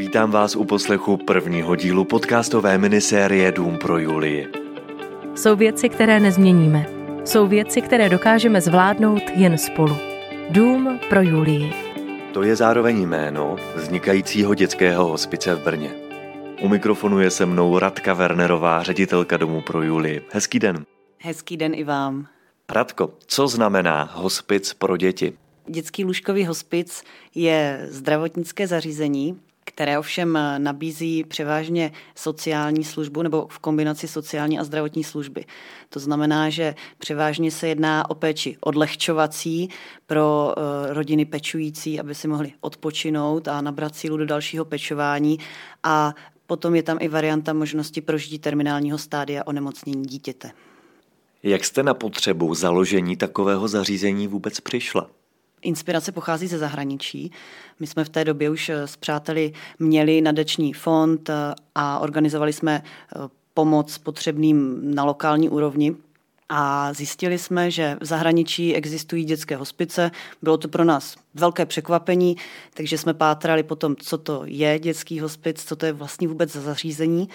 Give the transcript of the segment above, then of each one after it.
Vítám vás u poslechu prvního dílu podcastové minisérie Dům pro Julii. Jsou věci, které nezměníme. Jsou věci, které dokážeme zvládnout jen spolu. Dům pro Julii. To je zároveň jméno vznikajícího dětského hospice v Brně. U mikrofonu je se mnou Radka Wernerová, ředitelka Domu pro Julii. Hezký den. Hezký den i vám. Radko, co znamená hospic pro děti? Dětský lůžkový hospic je zdravotnické zařízení, které ovšem nabízí převážně sociální službu nebo v kombinaci sociální a zdravotní služby. To znamená, že převážně se jedná o péči odlehčovací pro rodiny pečující, aby si mohli odpočinout a nabrat sílu do dalšího pečování, a potom je tam i varianta možnosti prožití terminálního stádia onemocnění dítěte. Jak jste na potřebu založení takového zařízení vůbec přišla? Inspirace pochází ze zahraničí. My jsme v té době už s přáteli měli nadační fond a organizovali jsme pomoc potřebným na lokální úrovni. A zjistili jsme, že v zahraničí existují dětské hospice. Bylo to pro nás velké překvapení, takže jsme pátrali potom, co to je dětský hospic, co to je vlastně vůbec za zařízení.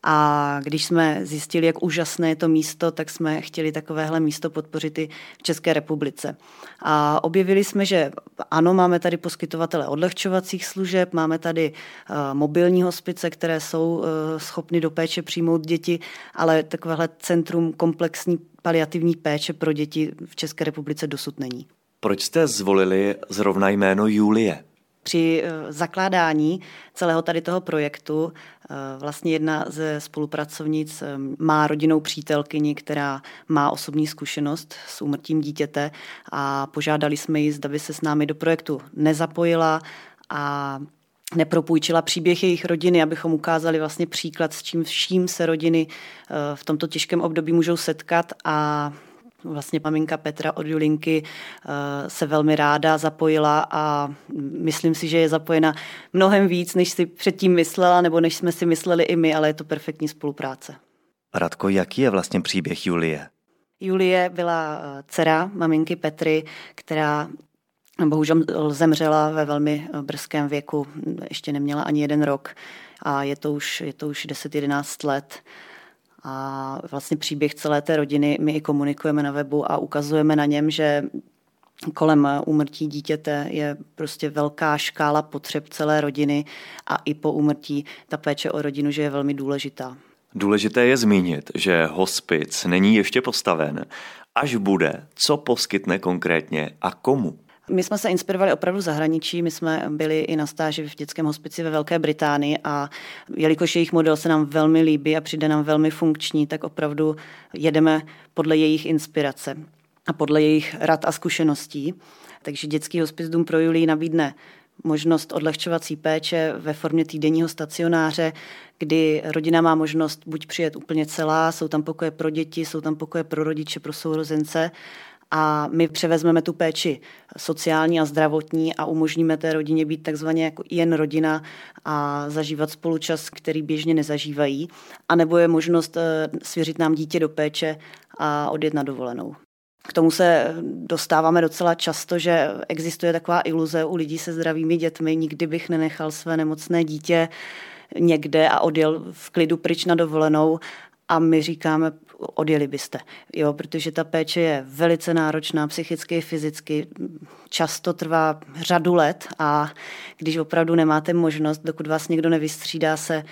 A když jsme zjistili, jak úžasné je to místo, tak jsme chtěli takovéhle místo podpořit i v České republice. A objevili jsme, že ano, máme tady poskytovatele odlehčovacích služeb, máme tady mobilní hospice, které jsou schopny do péče přijmout děti, ale takovéhle centrum komplexní paliativní péče pro děti v České republice dosud není. Proč jste zvolili zrovna jméno Julie? Při zakládání celého tady toho projektu vlastně jedna ze spolupracovnic má rodinnou přítelkyni, která má osobní zkušenost s úmrtím dítěte, a požádali jsme ji, zda by se s námi do projektu nezapojila a nepropůjčila příběh jejich rodiny, abychom ukázali vlastně příklad, s čím vším se rodiny v tomto těžkém období můžou setkat. A vlastně maminka Petra od Julinky se velmi ráda zapojila a myslím si, že je zapojena mnohem víc, než si předtím myslela, nebo než jsme si mysleli i my, ale je to perfektní spolupráce. Radko, jaký je vlastně příběh Julie? Julie byla dcera maminky Petry, která bohužel zemřela ve velmi brzkém věku, ještě neměla ani 1 rok a je to už 10-11 let. A vlastně příběh celé té rodiny my i komunikujeme na webu a ukazujeme na něm, že kolem úmrtí dítěte je prostě velká škála potřeb celé rodiny a i po úmrtí ta péče o rodinu, že je velmi důležitá. Důležité je zmínit, že hospic není ještě postaven. Až bude, co poskytne konkrétně a komu? My jsme se inspirovali opravdu v zahraničí, my jsme byli i na stáži v dětském hospici ve Velké Británii a jelikož jejich model se nám velmi líbí a přijde nám velmi funkční, tak opravdu jedeme podle jejich inspirace a podle jejich rad a zkušeností. Takže dětský hospic Dům pro Julii nabídne možnost odlehčovací péče ve formě týdenního stacionáře, kdy rodina má možnost buď přijet úplně celá, jsou tam pokoje pro děti, jsou tam pokoje pro rodiče, pro sourozence, a my převezmeme tu péči sociální a zdravotní a umožníme té rodině být takzvaně jako jen rodina a zažívat spolučas, který běžně nezažívají. A nebo je možnost svěřit nám dítě do péče a odjet na dovolenou. K tomu se dostáváme docela často, že existuje taková iluze u lidí se zdravými dětmi. Nikdy bych nenechal své nemocné dítě někde a odjel v klidu pryč na dovolenou. A my říkáme, odjeli byste, jo, protože ta péče je velice náročná psychicky, fyzicky, často trvá řadu let a když opravdu nemáte možnost, dokud vás někdo nevystřídá, se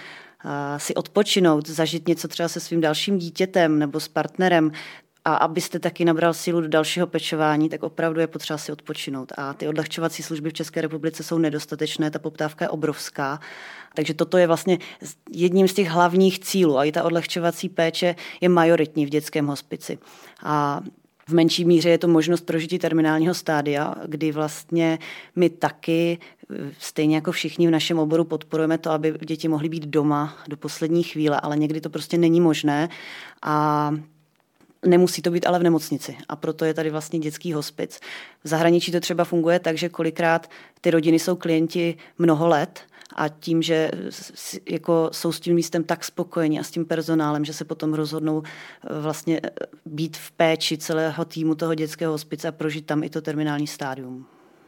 si odpočinout, zažít něco třeba se svým dalším dítětem nebo s partnerem, a abyste taky nabral sílu do dalšího pečování, tak opravdu je potřeba si odpočinout. A ty odlehčovací služby v České republice jsou nedostatečné, ta poptávka je obrovská. Takže toto je vlastně jedním z těch hlavních cílů. A i ta odlehčovací péče je majoritní v dětském hospici. A v menší míře je to možnost prožití terminálního stádia, kdy vlastně my taky, stejně jako všichni v našem oboru, podporujeme to, aby děti mohly být doma do poslední chvíle, ale někdy to prostě není možné. A nemusí to být ale v nemocnici a proto je tady vlastně dětský hospic. V zahraničí to třeba funguje tak, že kolikrát ty rodiny jsou klienti mnoho let a tím, že jako jsou s tím místem tak spokojení a s tím personálem, že se potom rozhodnou vlastně být v péči celého týmu toho dětského hospice a prožít tam i to terminální stádium.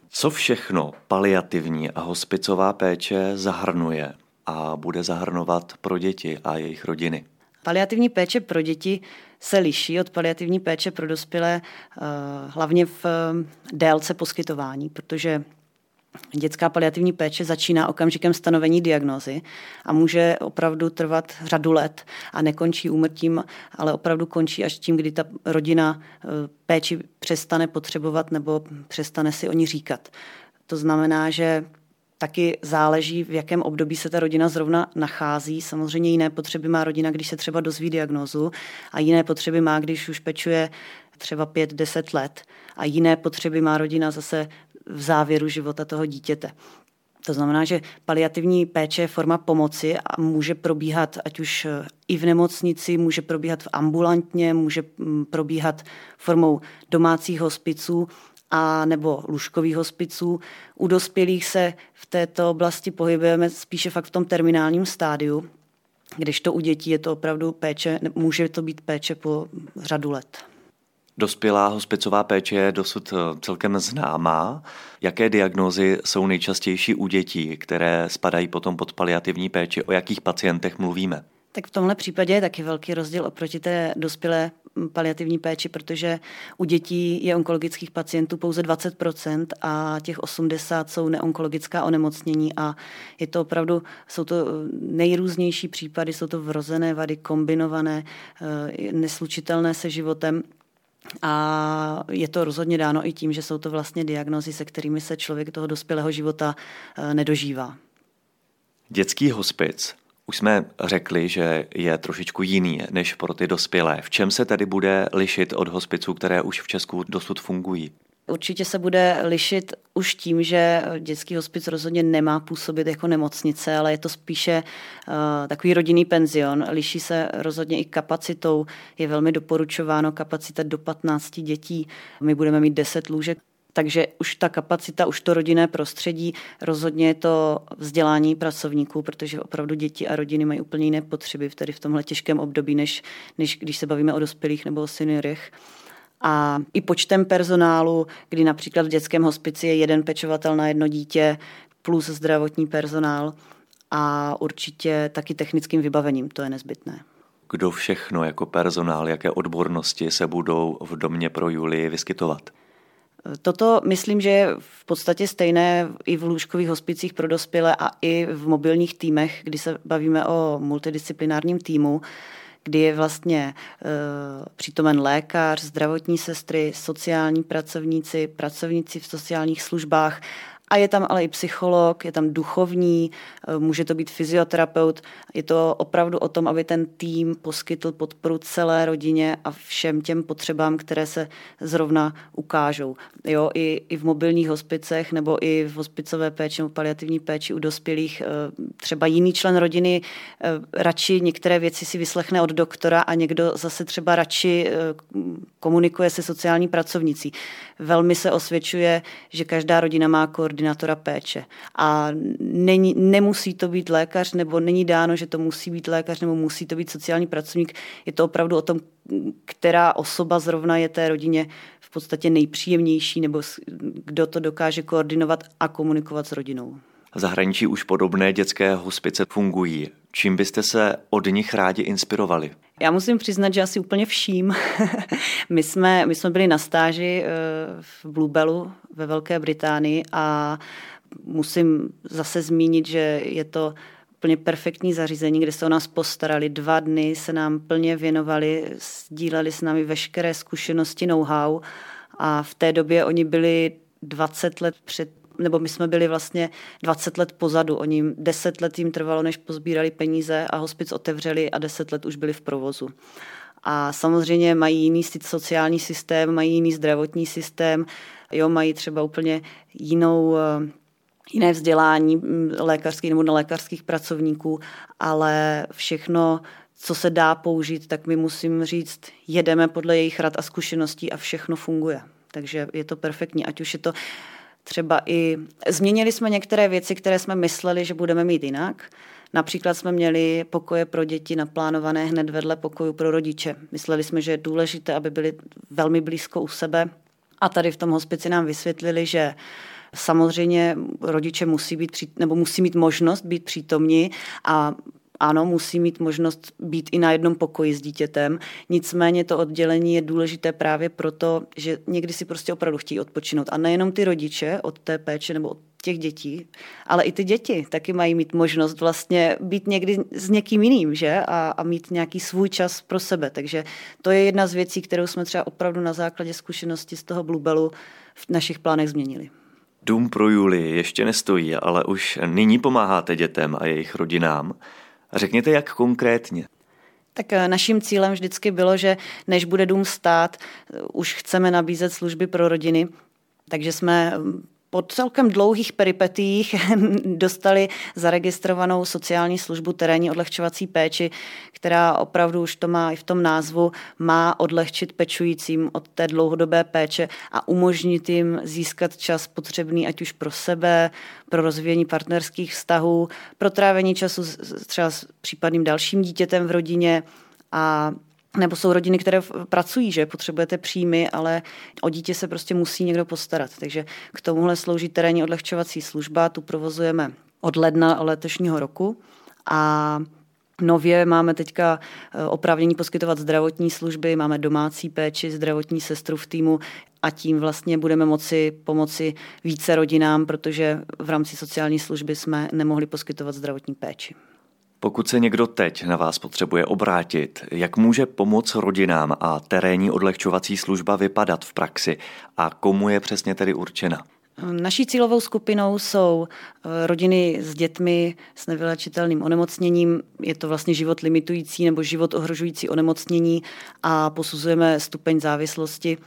Co všechno paliativní a hospicová péče zahrnuje a bude zahrnovat pro děti a jejich rodiny? Paliativní péče pro děti se liší od paliativní péče pro dospělé hlavně v délce poskytování, protože dětská paliativní péče začíná okamžikem stanovení diagnózy a může opravdu trvat řadu let a nekončí úmrtím, ale opravdu končí až tím, kdy ta rodina péči přestane potřebovat nebo přestane si o ní říkat. To znamená, že taky záleží, v jakém období se ta rodina zrovna nachází. Samozřejmě jiné potřeby má rodina, když se třeba dozví diagnózu, a jiné potřeby má, když už pečuje třeba 5-10 let, a jiné potřeby má rodina zase v závěru života toho dítěte. To znamená, že paliativní péče je forma pomoci a může probíhat ať už i v nemocnici, může probíhat ambulantně, může probíhat formou domácích hospiců a nebo lůžkových hospiců. U dospělých se v této oblasti pohybujeme spíše fakt v tom terminálním stádiu, kdežto u dětí je to opravdu péče, může to být péče po řadu let. Dospělá hospicová péče je dosud celkem známá. Jaké diagnózy jsou nejčastější u dětí, které spadají potom pod paliativní péči? O jakých pacientech mluvíme? Tak v tomhle případě je taky velký rozdíl oproti té dospělé paliativní péči, protože u dětí je onkologických pacientů pouze 20% a těch 80% jsou neonkologická onemocnění a je to opravdu, jsou to nejrůznější případy, jsou to vrozené vady, kombinované, neslučitelné se životem. A je to rozhodně dáno i tím, že jsou to vlastně diagnózy, se kterými se člověk toho dospělého života nedožívá. Dětský hospic, už jsme řekli, že je trošičku jiný než pro ty dospělé. V čem se tedy bude lišit od hospiců, které už v Česku dosud fungují? Určitě se bude lišit už tím, že dětský hospic rozhodně nemá působit jako nemocnice, ale je to spíše takový rodinný penzion. Liší se rozhodně i kapacitou. Je velmi doporučováno kapacita do 15 dětí. My budeme mít 10 lůžek. Takže už ta kapacita, už to rodinné prostředí, rozhodně je to vzdělání pracovníků, protože opravdu děti a rodiny mají úplně jiné potřeby tedy v tomhle těžkém období, než když se bavíme o dospělých nebo o seniorech. A i počtem personálu, kdy například v dětském hospici je jeden pečovatel na jedno dítě plus zdravotní personál a určitě taky technickým vybavením, to je nezbytné. Kdo všechno jako personál, jaké odbornosti se budou v domě pro Julii vyskytovat? Toto myslím, že je v podstatě stejné i v lůžkových hospicích pro dospělé a i v mobilních týmech, kdy se bavíme o multidisciplinárním týmu, kdy je vlastně přítomen lékař, zdravotní sestry, sociální pracovníci, pracovníci v sociálních službách a je tam ale i psycholog, je tam duchovní, může to být fyzioterapeut. Je to opravdu o tom, aby ten tým poskytl podporu celé rodině a všem těm potřebám, které se zrovna ukážou. Jo, i v mobilních hospicech nebo i v hospicové péči nebo paliativní péči u dospělých třeba jiný člen rodiny radši některé věci si vyslechne od doktora a někdo zase třeba radši komunikuje se sociální pracovnicí. Velmi se osvědčuje, že každá rodina má koordinátora péče a nemusí to být lékař, nebo není dáno, že to musí být lékař, nebo musí to být sociální pracovník. Je to opravdu o tom, která osoba zrovna je té rodině v podstatě nejpříjemnější, nebo kdo to dokáže koordinovat a komunikovat s rodinou. V zahraničí už podobné dětské hospice fungují. Čím byste se od nich rádi inspirovali? Já musím přiznat, že asi úplně vším. My jsme byli na stáži v Bluebellu ve Velké Británii a musím zase zmínit, že je to úplně perfektní zařízení, kde se o nás postarali. 2 dny se nám plně věnovali, sdíleli s námi veškeré zkušenosti, know-how a v té době oni byli 20 let před, nebo my jsme byli vlastně 20 let pozadu. Oni 10 let jim trvalo, než pozbírali peníze a hospic otevřeli a 10 let už byli v provozu. A samozřejmě mají jiný sociální systém, mají jiný zdravotní systém, jo, mají třeba úplně jiné vzdělání lékařských nebo nelékařských pracovníků, ale všechno, co se dá použít, tak my musím říct, jedeme podle jejich rad a zkušeností a všechno funguje. Takže je to perfektní, ať už je to třeba i... Změnili jsme některé věci, které jsme mysleli, že budeme mít jinak. Například jsme měli pokoje pro děti naplánované hned vedle pokojů pro rodiče. Mysleli jsme, že je důležité, aby byli velmi blízko u sebe. A tady v tom hospici nám vysvětlili, že Samozřejmě rodiče musí mít možnost být přítomni a ano, musí mít možnost být i na jednom pokoji s dítětem. Nicméně to oddělení je důležité právě proto, že někdy si prostě opravdu chtějí odpočinout. A nejenom ty rodiče od té péče nebo od těch dětí, ale i ty děti taky mají mít možnost vlastně být někdy s někým jiným, že? A mít nějaký svůj čas pro sebe. Takže to je jedna z věcí, kterou jsme třeba opravdu na základě zkušenosti z toho Bluebellu v našich plánech změnili. Dům pro Julii ještě nestojí, ale už nyní pomáháte dětem a jejich rodinám. Řekněte, jak konkrétně? Tak naším cílem vždycky bylo, že než bude dům stát, už chceme nabízet služby pro rodiny, takže jsme po celkem dlouhých peripetiích dostali zaregistrovanou sociální službu terénní odlehčovací péči, která opravdu už to má i v tom názvu, má odlehčit pečujícím od té dlouhodobé péče a umožnit jim získat čas potřebný ať už pro sebe, pro rozvíjení partnerských vztahů, pro trávení času třeba s případným dalším dítětem v rodině a nebo jsou rodiny, které pracují, že potřebujete příjmy, ale o dítě se prostě musí někdo postarat. Takže k tomuhle slouží terénní odlehčovací služba, tu provozujeme od ledna letošního roku a nově máme teďka oprávnění poskytovat zdravotní služby, máme domácí péči, zdravotní sestru v týmu a tím vlastně budeme moci pomoci více rodinám, protože v rámci sociální služby jsme nemohli poskytovat zdravotní péči. Pokud se někdo teď na vás potřebuje obrátit, jak může pomoc rodinám a terénní odlehčovací služba vypadat v praxi a komu je přesně tedy určena? Naší cílovou skupinou jsou rodiny s dětmi s nevylečitelným onemocněním. Je to vlastně život limitující nebo život ohrožující onemocnění a posuzujeme stupeň závislosti.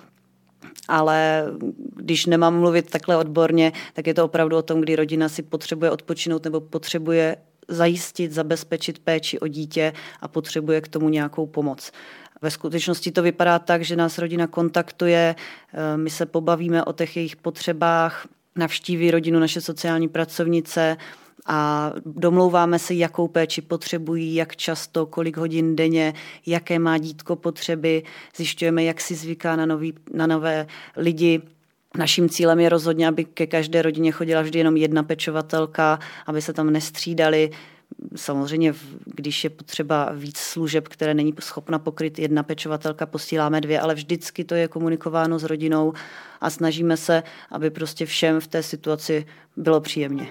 Ale když nemám mluvit takhle odborně, tak je to opravdu o tom, kdy rodina si potřebuje odpočinout nebo potřebuje zajistit, zabezpečit péči o dítě a potřebuje k tomu nějakou pomoc. Ve skutečnosti to vypadá tak, že nás rodina kontaktuje, my se pobavíme o těch jejich potřebách, navštíví rodinu naše sociální pracovnice a domlouváme se, jakou péči potřebují, jak často, kolik hodin denně, jaké má dítko potřeby, zjišťujeme, jak si zvyká na nové lidi. Naším cílem je rozhodně, aby ke každé rodině chodila vždy jenom jedna pečovatelka, aby se tam nestřídali. Samozřejmě, když je potřeba víc služeb, které není schopna pokryt jedna pečovatelka, posíláme 2, ale vždycky to je komunikováno s rodinou a snažíme se, aby prostě všem v té situaci bylo příjemně.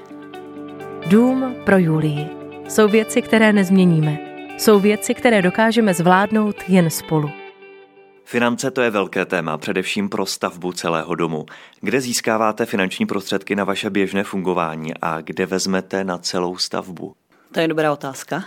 Dům pro Julii. Jsou věci, které nezměníme. Jsou věci, které dokážeme zvládnout jen spolu. Finance to je velké téma, především pro stavbu celého domu. Kde získáváte finanční prostředky na vaše běžné fungování a kde vezmete na celou stavbu? To je dobrá otázka.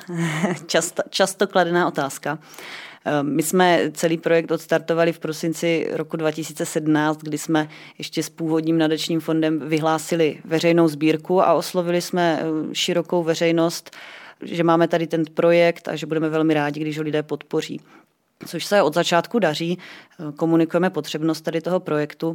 Často kladená otázka. My jsme celý projekt odstartovali v prosinci roku 2017, kdy jsme ještě s původním nadačním fondem vyhlásili veřejnou sbírku a oslovili jsme širokou veřejnost, že máme tady ten projekt a že budeme velmi rádi, když ho lidé podpoří. Což se od začátku daří, komunikujeme potřebnost tady toho projektu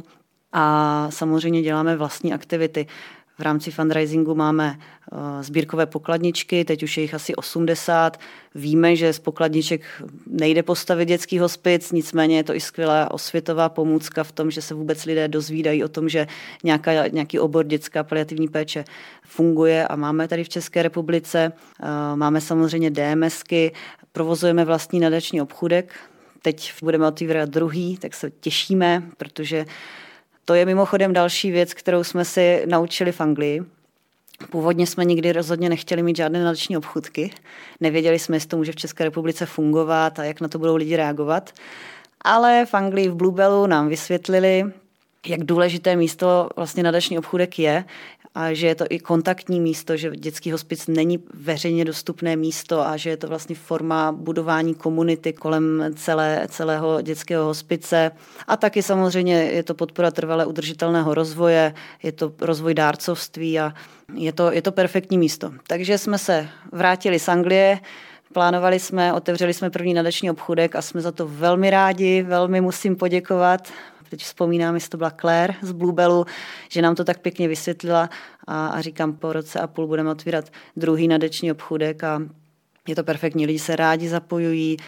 a samozřejmě děláme vlastní aktivity. V rámci fundraisingu máme sbírkové pokladničky, teď už je jich asi 80. Víme, že z pokladniček nejde postavit dětský hospic, nicméně je to i skvělá osvětová pomůcka v tom, že se vůbec lidé dozvídají o tom, že nějaký obor dětská paliativní péče funguje a máme tady v České republice. Máme samozřejmě DMSky, provozujeme vlastní nadační obchůdek. Teď budeme otvírat druhý, tak se těšíme, protože to je mimochodem další věc, kterou jsme si naučili v Anglii. Původně jsme nikdy rozhodně nechtěli mít žádné nadační obchůdky. Nevěděli jsme, jestli to může v České republice fungovat a jak na to budou lidi reagovat. Ale v Anglii v Bluebellu nám vysvětlili, jak důležité místo vlastně nadační obchůdek je a že je to i kontaktní místo, že dětský hospic není veřejně dostupné místo a že je to vlastně forma budování komunity kolem celého dětského hospice. A taky samozřejmě je to podpora trvale udržitelného rozvoje, je to rozvoj dárcovství a je to perfektní místo. Takže jsme se vrátili z Anglie, plánovali jsme, otevřeli jsme první nadační obchůdek a jsme za to velmi rádi, velmi musím poděkovat. Teď vzpomínám, jestli to byla Claire z Bluebellu, že nám to tak pěkně vysvětlila a říkám, po roce a půl budeme otvírat druhý nadační obchůdek a Je to perfektní, lidi se rádi zapojují,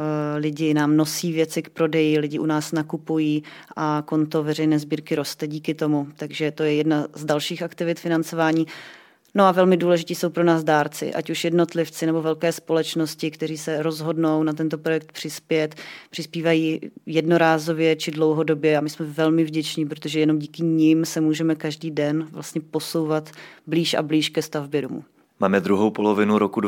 lidi nám nosí věci k prodeji, lidi u nás nakupují a konto veřejné sbírky roste díky tomu. Takže to je jedna z dalších aktivit financování. No a velmi důležití jsou pro nás dárci, ať už jednotlivci nebo velké společnosti, kteří se rozhodnou na tento projekt přispět, přispívají jednorázově či dlouhodobě a my jsme velmi vděční, protože jenom díky nim se můžeme každý den vlastně posouvat blíž a blíž ke stavbě domu. Máme druhou polovinu roku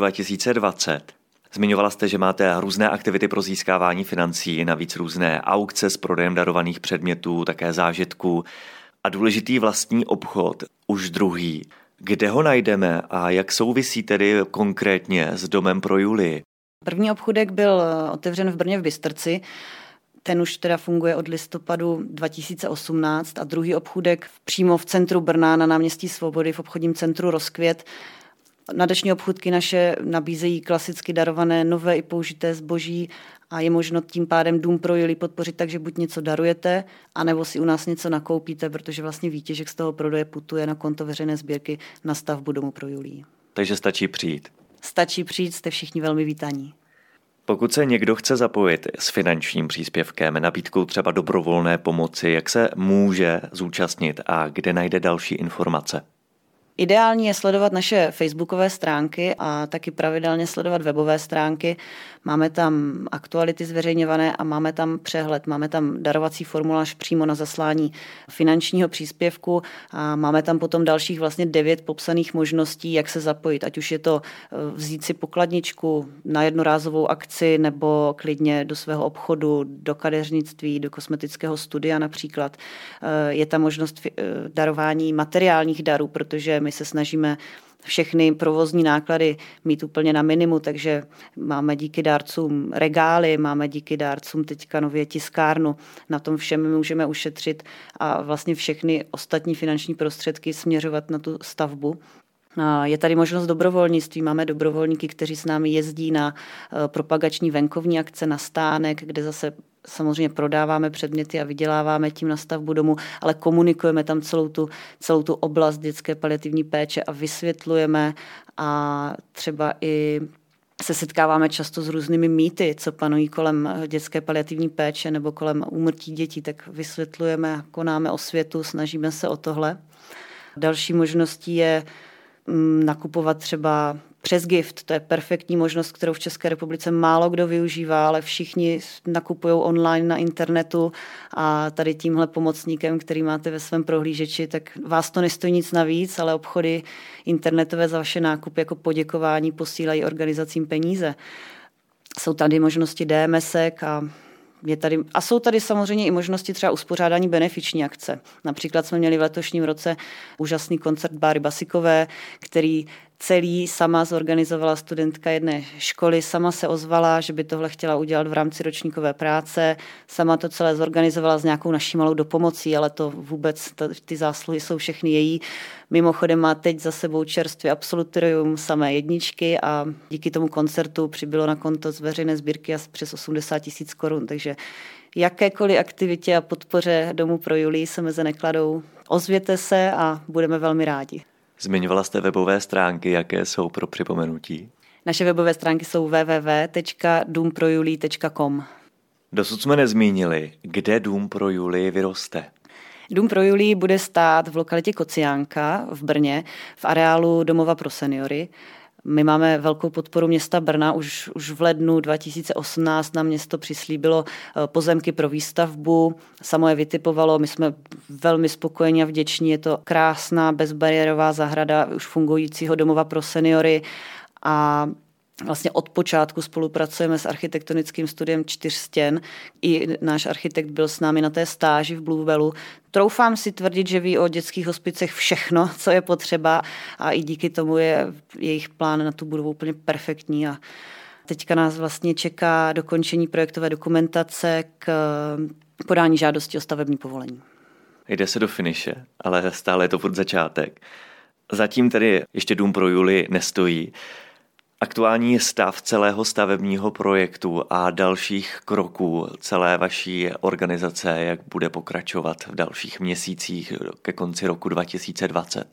2020. Zmiňovala jste, že máte různé aktivity pro získávání financí, navíc různé aukce s prodejem darovaných předmětů, také zážitků a důležitý vlastní obchod, už druhý. Kde ho najdeme a jak souvisí tedy konkrétně s Domem pro Julii? První obchůdek byl otevřen v Brně v Bystrci. Ten už teda funguje od listopadu 2018 a druhý obchůdek přímo v centru Brna na náměstí Svobody v obchodním centru Rozkvět. Nadační obchůdky naše nabízejí klasicky darované nové i použité zboží a je možno tím pádem Dům pro Julii podpořit tak, že buď něco darujete, anebo si u nás něco nakoupíte, protože vlastně výtěžek z toho prodeje putuje na konto veřejné sbírky na stavbu Domu pro Julii. Takže stačí přijít. Stačí přijít, jste všichni velmi vítaní. Pokud se někdo chce zapojit s finančním příspěvkem, nabídkou třeba dobrovolné pomoci, jak se může zúčastnit a kde najde další informace? Ideální je sledovat naše facebookové stránky a taky pravidelně sledovat webové stránky. Máme tam aktuality zveřejňované a máme tam přehled. Máme tam darovací formulář přímo na zaslání finančního příspěvku a máme tam potom dalších vlastně 9 popsaných možností, jak se zapojit. Ať už je to vzít si pokladničku na jednorázovou akci nebo klidně do svého obchodu, do kadeřnictví, do kosmetického studia například. Je tam možnost darování materiálních darů, protože my se snažíme všechny provozní náklady mít úplně na minimu, takže máme díky dárcům regály, máme díky dárcům teďka nově tiskárnu. Na tom všem můžeme ušetřit a vlastně všechny ostatní finanční prostředky směřovat na tu stavbu. Je tady možnost dobrovolnictví. Máme dobrovolníky, kteří s námi jezdí na propagační venkovní akce, na stánek, kde zase samozřejmě prodáváme předměty a vyděláváme tím na stavbu domu, ale komunikujeme tam celou tu oblast dětské paliativní péče a vysvětlujeme a třeba i se setkáváme často s různými mýty, co panují kolem dětské paliativní péče nebo kolem úmrtí dětí, tak vysvětlujeme, konáme osvětu, snažíme se o tohle. Další možností je nakupovat třeba přes gift. To je perfektní možnost, kterou v České republice málo kdo využívá, ale všichni nakupují online na internetu a tady tímhle pomocníkem, který máte ve svém prohlížeči, tak vás to nestojí nic navíc, ale obchody internetové za vaše nákupy jako poděkování posílají organizacím peníze. Jsou tady možnosti DMSek a jsou tady samozřejmě i možnosti třeba uspořádání benefiční akce. Například jsme měli v letošním roce úžasný koncert Báry Basikové, který celý sama zorganizovala studentka jedné školy, sama se ozvala, že by tohle chtěla udělat v rámci ročníkové práce, sama to celé zorganizovala s nějakou naší malou dopomocí, ale to vůbec, ty zásluhy jsou všechny její. Mimochodem má teď za sebou čerstvě absolutorium samé jedničky a díky tomu koncertu přibylo na konto z veřejné sbírky asi přes 80 000 korun, takže jakékoliv aktivitě a podpoře Domu pro Julii se meze nekladou. Ozvěte se a budeme velmi rádi. Zmiňovala jste webové stránky, jaké jsou pro připomenutí? Naše webové stránky jsou www.dumprojulii.com. Dosud jsme nezmínili, kde Dům pro Julii vyroste. Dům pro Julii bude stát v lokalitě Kociánka v Brně, v areálu Domova pro seniory. My máme velkou podporu města Brna. Už v lednu 2018 nám město přislíbilo pozemky pro výstavbu. Samo je vytipovalo, my jsme velmi spokojeni a vděční. Je to krásná bezbariérová zahrada už fungujícího Domova pro seniory a vlastně od počátku spolupracujeme s architektonickým studiem 4 stěn. I náš architekt byl s námi na té stáži v Bluebellu. Troufám si tvrdit, že ví o dětských hospicech všechno, co je potřeba a i díky tomu je jejich plán na tu budovu úplně perfektní. A teďka nás vlastně čeká dokončení projektové dokumentace k podání žádosti o stavební povolení. Jde se do finiše, ale stále je to furt začátek. Zatím tedy ještě Dům pro Julii nestojí. Aktuální stav celého stavebního projektu a dalších kroků celé vaší organizace, jak bude pokračovat v dalších měsících ke konci roku 2020?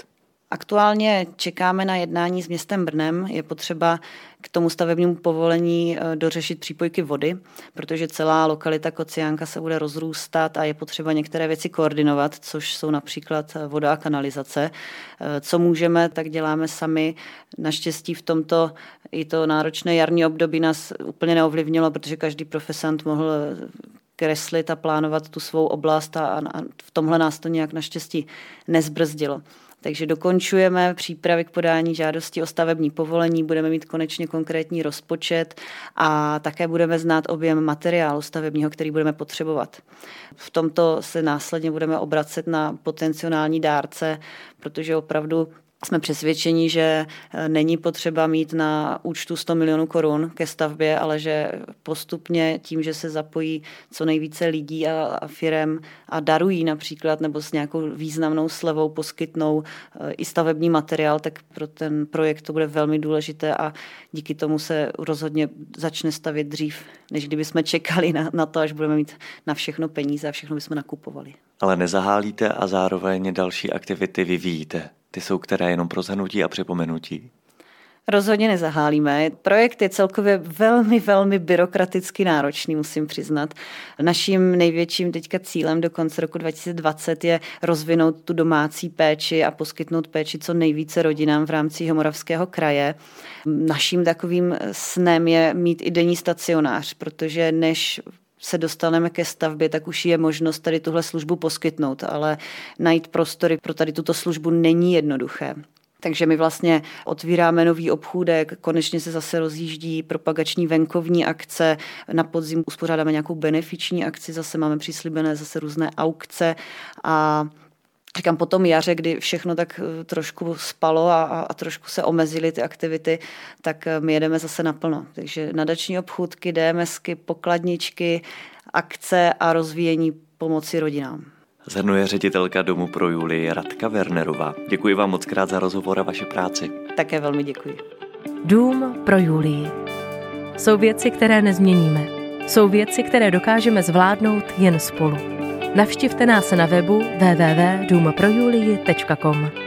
Aktuálně čekáme na jednání s městem Brnem. Je potřeba k tomu stavebnímu povolení dořešit přípojky vody, protože celá lokalita Kociánka se bude rozrůstat a je potřeba některé věci koordinovat, což jsou například voda a kanalizace. Co můžeme, tak děláme sami. Naštěstí v tomto i to náročné jarní období nás úplně neovlivnilo, protože každý profesant mohl kreslit a plánovat tu svou oblast a v tomhle nás to nějak naštěstí nezbrzdilo. Takže dokončujeme přípravy k podání žádosti o stavební povolení, budeme mít konečně konkrétní rozpočet a také budeme znát objem materiálu stavebního, který budeme potřebovat. V tomto se následně budeme obracet na potenciální dárce, protože opravdu jsme přesvědčeni, že není potřeba mít na účtu 100 milionů korun ke stavbě, ale že postupně tím, že se zapojí co nejvíce lidí a firem a darují například nebo s nějakou významnou slevou poskytnou i stavební materiál, tak pro ten projekt to bude velmi důležité a díky tomu se rozhodně začne stavět dřív, než kdyby jsme čekali na to, až budeme mít na všechno peníze a všechno bychom nakupovali. Ale nezahálíte a zároveň další aktivity vyvíjíte. Ty jsou které jenom pro shrnutí a připomenutí? Rozhodně nezahálíme. Projekt je celkově velmi, velmi byrokraticky náročný, musím přiznat. Naším největším teďka cílem do konce roku 2020 je rozvinout tu domácí péči a poskytnout péči co nejvíce rodinám v rámci Jihomoravského kraje. Naším takovým snem je mít i denní stacionář, protože než se dostaneme ke stavbě, tak už je možnost tady tuhle službu poskytnout, ale najít prostory pro tady tuto službu není jednoduché. Takže my vlastně otvíráme nový obchůdek, konečně se zase rozjíždí propagační venkovní akce, na podzim uspořádáme nějakou benefiční akci, zase máme přislíbené zase různé aukce a říkám, po tom jaře, kdy všechno tak trošku spalo a trošku se omezily ty aktivity, tak my jedeme zase naplno. Takže nadační obchůdky, DMSky, pokladničky, akce a rozvíjení pomoci rodinám. Shrnuje ředitelka Domu pro Julii Radka Wernerová. Děkuji vám moc krát za rozhovor a vaše práci. Také velmi děkuji. Dům pro Julii. Jsou věci, které nezměníme. Jsou věci, které dokážeme zvládnout jen spolu. Navštivte nás na webu www.doomprojulii.com.